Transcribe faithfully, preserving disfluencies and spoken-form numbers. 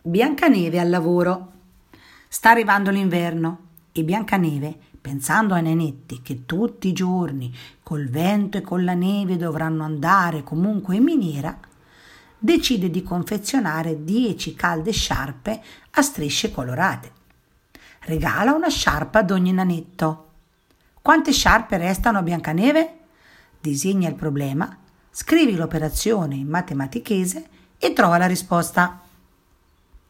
Biancaneve al lavoro. Sta arrivando l'inverno e Biancaneve, pensando ai nenetti che tutti i giorni col vento e con la neve dovranno andare comunque in miniera, decide di confezionare dieci calde sciarpe a strisce colorate. Regala una sciarpa ad ogni nanetto. Quante sciarpe restano a Biancaneve? Disegna il problema, scrivi l'operazione in matematichese e trova la risposta.